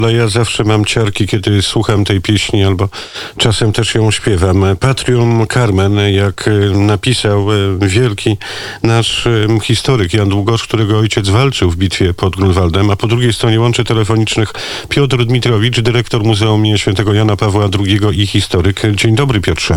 Ale ja zawsze mam ciarki, kiedy słucham tej pieśni, albo czasem też ją śpiewam. Patrium Carmen, jak napisał wielki nasz historyk Jan Długosz, którego ojciec walczył w bitwie pod Grunwaldem, a po drugiej stronie łączy telefonicznych Piotr Dmitrowicz, dyrektor Muzeum im. Świętego Jana Pawła II i historyk. Dzień dobry, Piotrze.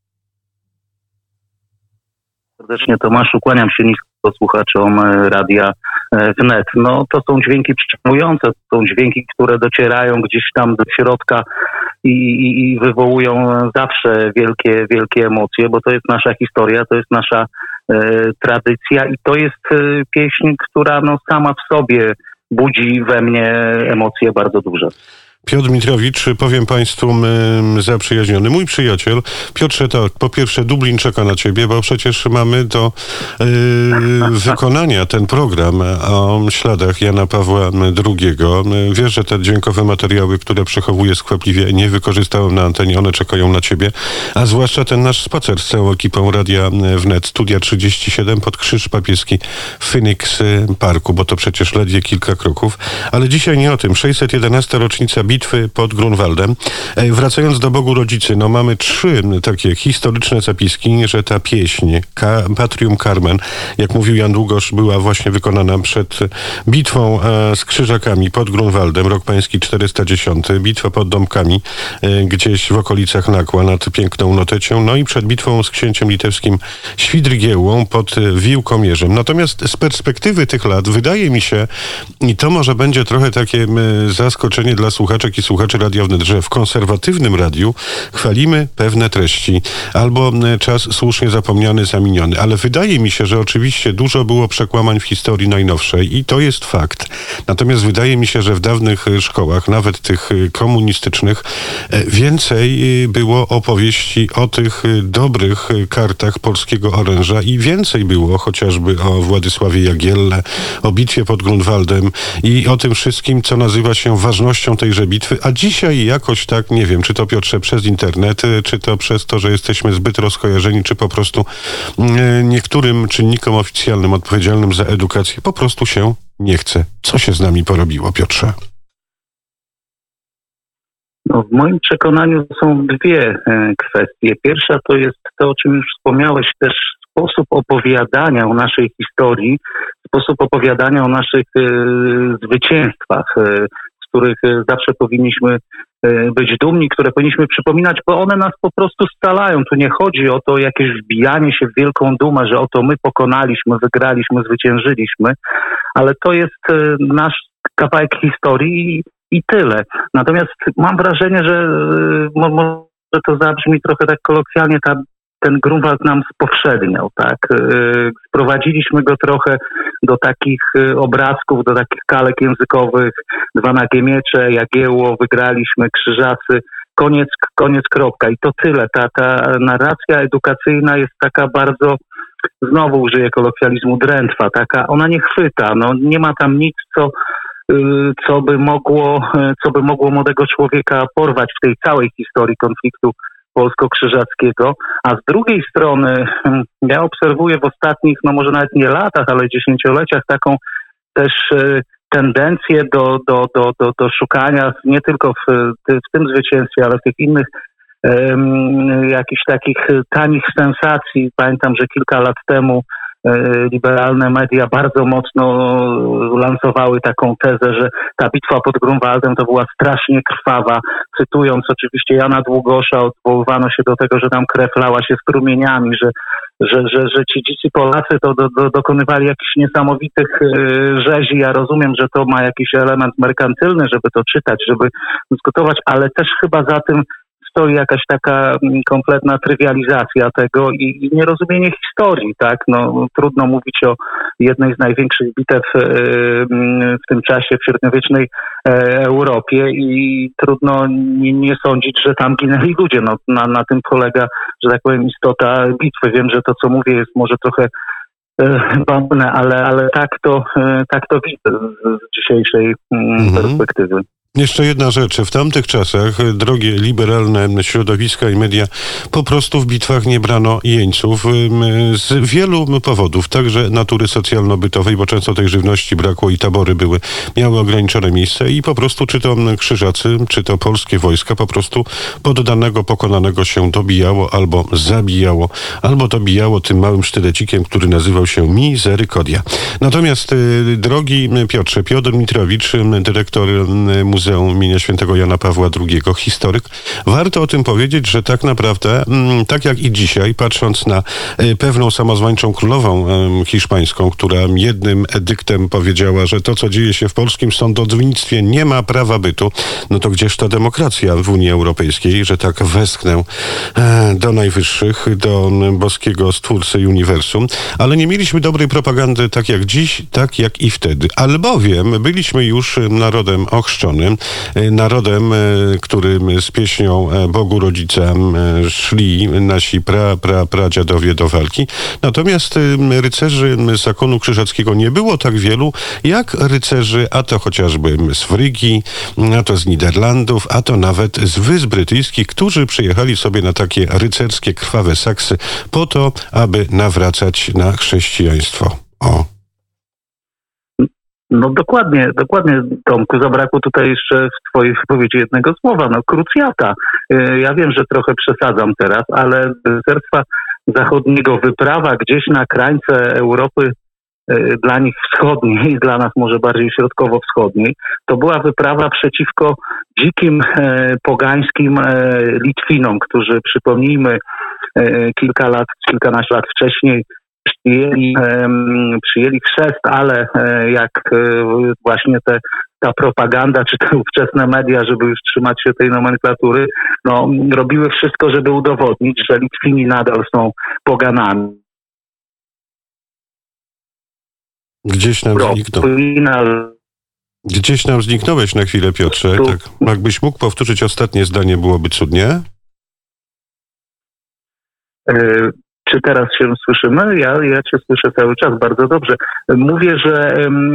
Serdecznie, Tomaszu, kłaniam się nisko słuchaczom Radia Wnet. No to są dźwięki przejmujące, to są dźwięki, które docierają gdzieś tam do środka i wywołują zawsze wielkie emocje, bo to jest nasza historia, to jest nasza tradycja i to jest pieśń, która sama w sobie budzi we mnie emocje bardzo duże. Piotr Dmitrowicz, powiem Państwu zaprzyjaźniony, mój przyjaciel. Piotrze, tak, po pierwsze Dublin czeka na Ciebie, bo przecież mamy do wykonania ten program o śladach Jana Pawła II. Wiesz, że te dźwiękowe materiały, które przechowuję skwapliwie, nie wykorzystałem na antenie, one czekają na Ciebie, a zwłaszcza ten nasz spacer z całą ekipą Radia Wnet, Studia 37 pod Krzyż Papieski w Phoenix Parku, bo to przecież ledwie kilka kroków. Ale dzisiaj nie o tym. 611. rocznica bitwy pod Grunwaldem. Wracając do Bogu Rodzicy, mamy 3 takie historyczne zapiski, że ta pieśń Patrium Carmen, jak mówił Jan Długosz, była właśnie wykonana przed bitwą z Krzyżakami pod Grunwaldem, rok pański 410, bitwa pod Dąbkami, gdzieś w okolicach Nakła nad piękną Notecią, no i przed bitwą z księciem litewskim Świdrygiełłą pod Wiłkomierzem. Natomiast z perspektywy tych lat wydaje mi się, i to może będzie trochę takie zaskoczenie dla słuchaczek i słuchaczy Radia Wnet, że w konserwatywnym radiu chwalimy pewne treści albo czas słusznie zapomniany, zaminiony. Ale wydaje mi się, że oczywiście dużo było przekłamań w historii najnowszej i to jest fakt. Natomiast wydaje mi się, że w dawnych szkołach, nawet tych komunistycznych, więcej było opowieści o tych dobrych kartach polskiego oręża i więcej było chociażby o Władysławie Jagielle, o bitwie pod Grunwaldem i o tym wszystkim, co nazywa się ważnością tejże bitwy, a dzisiaj jakoś tak, nie wiem, czy to, Piotrze, przez internet, czy to przez to, że jesteśmy zbyt rozkojarzeni, czy po prostu niektórym czynnikom oficjalnym odpowiedzialnym za edukację po prostu się nie chce. Co się z nami porobiło, Piotrze? W moim przekonaniu są 2 kwestie. Pierwsza to jest to, o czym już wspomniałeś, też sposób opowiadania o naszej historii, sposób opowiadania o naszych zwycięstwach, z których zawsze powinniśmy być dumni, które powinniśmy przypominać, bo one nas po prostu scalają. Tu nie chodzi o to jakieś wbijanie się w wielką dumę, że oto my pokonaliśmy, wygraliśmy, zwyciężyliśmy, ale to jest nasz kawałek historii i tyle. Natomiast mam wrażenie, że może to zabrzmi trochę tak kolokwialnie, ten Grunwald nam spowszedniał, tak? Sprowadziliśmy go trochę do takich obrazków, do takich kalek językowych, 2 nagie miecze, Jagiełło, wygraliśmy, Krzyżacy, koniec, kropka. I to tyle. Ta narracja edukacyjna jest taka bardzo, znowu użyję kolokwializmu, drętwa, taka, ona nie chwyta, nie ma tam nic, co by mogło młodego człowieka porwać w tej całej historii konfliktu polsko-krzyżackiego, a z drugiej strony ja obserwuję w ostatnich, może nawet nie latach, ale dziesięcioleciach taką też tendencję do szukania nie tylko w tym zwycięstwie, ale w tych innych jakichś takich tanich sensacji. Pamiętam, że kilka lat temu liberalne media bardzo mocno lansowały taką tezę, że ta bitwa pod Grunwaldem to była strasznie krwawa. Cytując oczywiście Jana Długosza, odwoływano się do tego, że tam krew lała się strumieniami, że ci dzicy Polacy to dokonywali jakichś niesamowitych rzezi. Ja rozumiem, że to ma jakiś element merkantylny, żeby to czytać, żeby dyskutować, ale też chyba za tym stoi jakaś taka kompletna trywializacja tego i nierozumienie historii, tak? Trudno mówić o jednej z największych bitew w tym czasie w średniowiecznej Europie i trudno nie sądzić, że tam ginęli ludzie. Na tym polega, że tak powiem, istota bitwy. Wiem, że to, co mówię, jest może trochę błędne, ale tak to widzę z dzisiejszej perspektywy. Jeszcze jedna rzecz. W tamtych czasach drogie liberalne środowiska i media po prostu w bitwach nie brano jeńców z wielu powodów, także natury socjalno-bytowej, bo często tej żywności brakło i tabory miały ograniczone miejsce i po prostu czy to krzyżacy, czy to polskie wojska po prostu poddanego, pokonanego się dobijało albo zabijało, albo dobijało tym małym sztylecikiem, który nazywał się Miserykodia. Natomiast drogi Piotrze, Piotr Dmitrowicz, dyrektor Muzeum imienia Świętego Jana Pawła II, historyk. Warto o tym powiedzieć, że tak naprawdę, tak jak i dzisiaj, patrząc na pewną samozwańczą królową hiszpańską, która jednym edyktem powiedziała, że to, co dzieje się w polskim sądownictwie, nie ma prawa bytu, no to gdzież ta demokracja w Unii Europejskiej, że tak westchnę do najwyższych, do boskiego stwórcy uniwersum, ale nie mieliśmy dobrej propagandy tak jak dziś, tak jak i wtedy. Albowiem byliśmy już narodem ochrzczonym, narodem, którym z pieśnią Bogu Rodzica szli nasi pradziadowie do walki. Natomiast rycerzy zakonu krzyżackiego nie było tak wielu, jak rycerzy, a to chociażby z Frygii, a to z Niderlandów, a to nawet z Wysp Brytyjskich, którzy przyjechali sobie na takie rycerskie, krwawe saksy po to, aby nawracać na chrześcijaństwo. O. No dokładnie, Tomku, zabrakło tutaj jeszcze w twojej wypowiedzi jednego słowa, krucjata. Ja wiem, że trochę przesadzam teraz, ale z rycerstwa zachodniego wyprawa gdzieś na krańce Europy, dla nich wschodniej, dla nas może bardziej środkowo-wschodniej, to była wyprawa przeciwko dzikim, pogańskim Litwinom, którzy, przypomnijmy, kilkanaście lat wcześniej przyjęli chrzest, ale jak właśnie ta propaganda, czy te ówczesne media, żeby już trzymać się tej nomenklatury, robiły wszystko, żeby udowodnić, że Litwini nadal są poganami. Gdzieś nam zniknąłeś na chwilę, Piotrze. Tak. Jakbyś mógł powtórzyć ostatnie zdanie, byłoby cudnie. Czy teraz się słyszymy? Ja cię słyszę cały czas bardzo dobrze. Mówię, że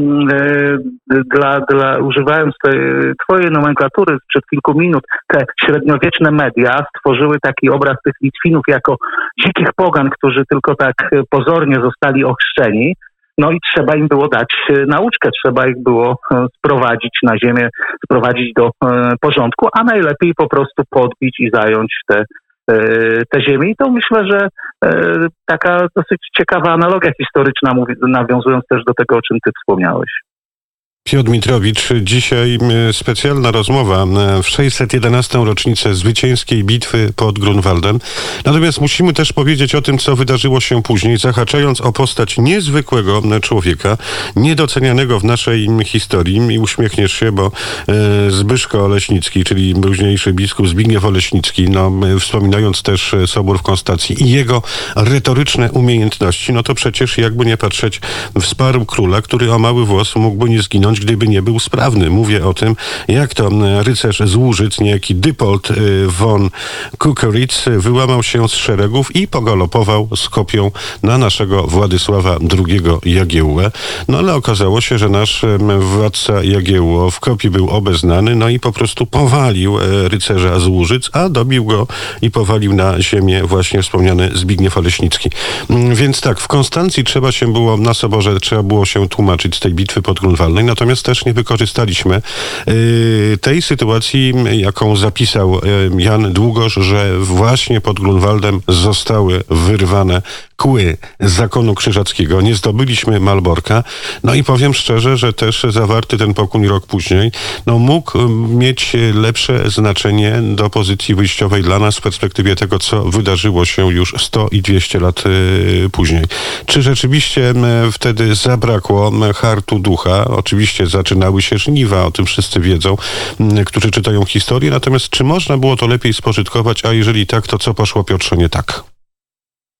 używając twojej nomenklatury sprzed kilku minut, te średniowieczne media stworzyły taki obraz tych Litwinów jako dzikich pogan, którzy tylko tak pozornie zostali ochrzczeni. No i trzeba im było dać nauczkę, trzeba ich było sprowadzić na ziemię, sprowadzić do porządku, a najlepiej po prostu podbić i zająć te ziemię. I to myślę, że taka dosyć ciekawa analogia historyczna, nawiązując też do tego, o czym ty wspomniałeś. Piotr Dmitrowicz, dzisiaj specjalna rozmowa w 611. rocznicę zwycięskiej bitwy pod Grunwaldem. Natomiast musimy też powiedzieć o tym, co wydarzyło się później, zahaczając o postać niezwykłego człowieka, niedocenianego w naszej historii. I uśmiechniesz się, bo Zbyszko Oleśnicki, czyli późniejszy biskup Zbigniew Oleśnicki, wspominając też Sobór w Konstacji i jego retoryczne umiejętności, no to przecież jakby nie patrzeć, wsparł króla, który o mały włos mógłby nie zginąć, gdyby nie był sprawny. Mówię o tym, jak to rycerz z Łużyc, niejaki Dypold von Kukeritz, wyłamał się z szeregów i pogalopował z kopią na naszego Władysława II Jagiełłę. No ale okazało się, że nasz władca Jagiełło w kopii był obeznany, no i po prostu powalił rycerza z Łużyc, a dobił go i powalił na ziemię właśnie wspomniany Zbigniew Oleśnicki. Więc tak, w Konstancji na Soborze trzeba było się tłumaczyć z tej bitwy pod Grunwaldem, natomiast też nie wykorzystaliśmy tej sytuacji, jaką zapisał Jan Długosz, że właśnie pod Grunwaldem zostały wyrwane kły z zakonu krzyżackiego. Nie zdobyliśmy Malborka. No i powiem szczerze, że też zawarty ten pokój rok później, mógł mieć lepsze znaczenie do pozycji wyjściowej dla nas w perspektywie tego, co wydarzyło się już 100 i 200 lat później. Czy rzeczywiście wtedy zabrakło hartu ducha? Oczywiście zaczynały się żniwa, o tym wszyscy wiedzą, którzy czytają historię. Natomiast czy można było to lepiej spożytkować, a jeżeli tak, to co poszło, Piotrze, nie tak?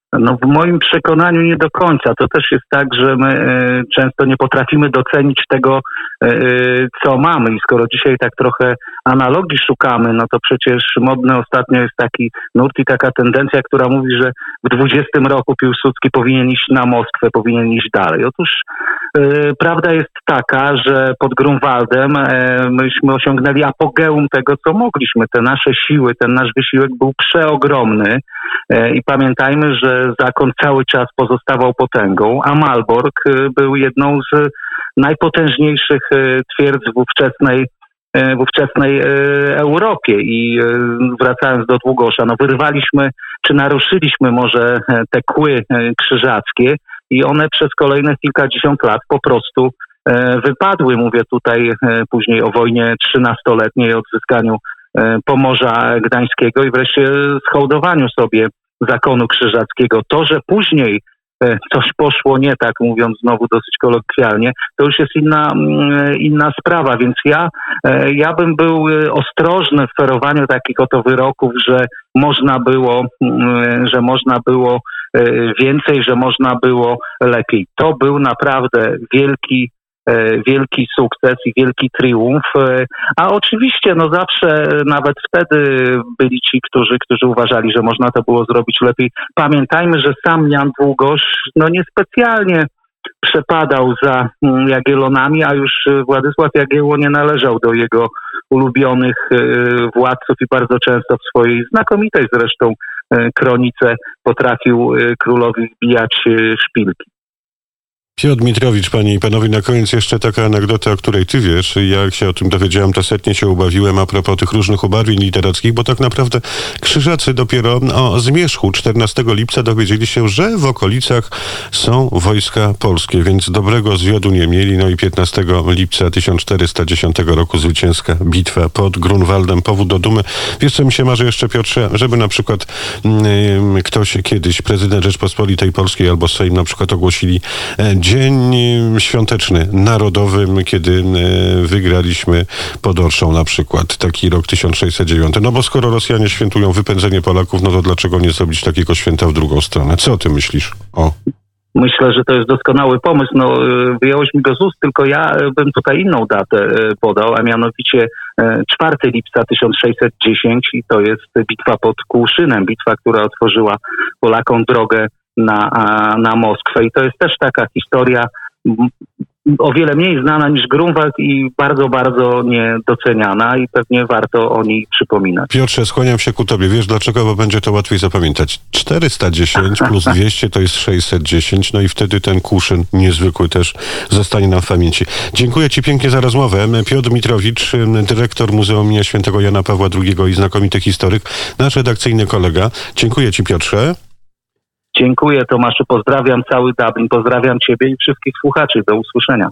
No w moim przekonaniu nie do końca. To też jest tak, że my często nie potrafimy docenić tego, co mamy. I skoro dzisiaj tak trochę analogii szukamy, no to przecież modny ostatnio jest taki nurt i taka tendencja, która mówi, że w 20 roku Piłsudski powinien iść na Moskwę, powinien iść dalej. Otóż prawda jest taka, że pod Grunwaldem myśmy osiągnęli apogeum tego, co mogliśmy. Te nasze siły, ten nasz wysiłek był przeogromny i pamiętajmy, że zakon cały czas pozostawał potęgą, a Malbork był jedną z najpotężniejszych twierdz w ówczesnej Europie. I wracając do Długosza, no wyrwaliśmy, czy naruszyliśmy może te kły krzyżackie i one przez kolejne kilkadziesiąt lat po prostu wypadły. Mówię tutaj później o wojnie 13-letniej, odzyskaniu Pomorza Gdańskiego i wreszcie schołdowaniu sobie zakonu krzyżackiego. To, że później coś poszło nie tak, mówiąc znowu dosyć kolokwialnie, to już jest inna sprawa, więc ja bym był ostrożny w ferowaniu takich oto wyroków, że można było więcej, że można było lepiej. To był naprawdę wielki sukces i wielki triumf, a oczywiście no zawsze, nawet wtedy byli ci, którzy uważali, że można to było zrobić lepiej. Pamiętajmy, że sam Jan Długosz no niespecjalnie przepadał za Jagiellonami, a już Władysław Jagiełło nie należał do jego ulubionych władców i bardzo często w swojej znakomitej zresztą kronice potrafił królowi wbijać szpilki. Piotr Dmitrowicz, panie i panowie, na koniec jeszcze taka anegdota, o której ty wiesz. Jak się o tym dowiedziałem, to setnie się ubawiłem a propos tych różnych ubarwień literackich, bo tak naprawdę krzyżacy dopiero o zmierzchu 14 lipca dowiedzieli się, że w okolicach są wojska polskie, więc dobrego zwiadu nie mieli. No i 15 lipca 1410 roku zwycięska bitwa pod Grunwaldem. Powód do dumy. Wiesz, co mi się marzy jeszcze, Piotrze? Żeby na przykład ktoś kiedyś, prezydent Rzeczpospolitej Polskiej albo Sejm na przykład ogłosili dzień świąteczny, narodowy, kiedy wygraliśmy pod Orszą na przykład, taki rok 1609. No bo skoro Rosjanie świętują wypędzenie Polaków, no to dlaczego nie zrobić takiego święta w drugą stronę? Co o tym myślisz? Myślę, że to jest doskonały pomysł. No, wyjąłeś mi go z ust, tylko ja bym tutaj inną datę podał, a mianowicie 4 lipca 1610 i to jest bitwa pod Kłuszynem, bitwa, która otworzyła Polakom drogę na Moskwę. I to jest też taka historia o wiele mniej znana niż Grunwald i bardzo, bardzo niedoceniana i pewnie warto o niej przypominać. Piotrze, skłaniam się ku tobie. Wiesz dlaczego? Bo będzie to łatwiej zapamiętać. 410 plus 200 to jest 610, no i wtedy ten Kłuszyn niezwykły też zostanie nam w pamięci. Dziękuję ci pięknie za rozmowę. Piotr Dmitrowicz, dyrektor Muzeum imienia Świętego Jana Pawła II i znakomity historyk, nasz redakcyjny kolega. Dziękuję ci, Piotrze. Dziękuję, Tomaszu. Pozdrawiam cały Dublin. Pozdrawiam ciebie i wszystkich słuchaczy. Do usłyszenia.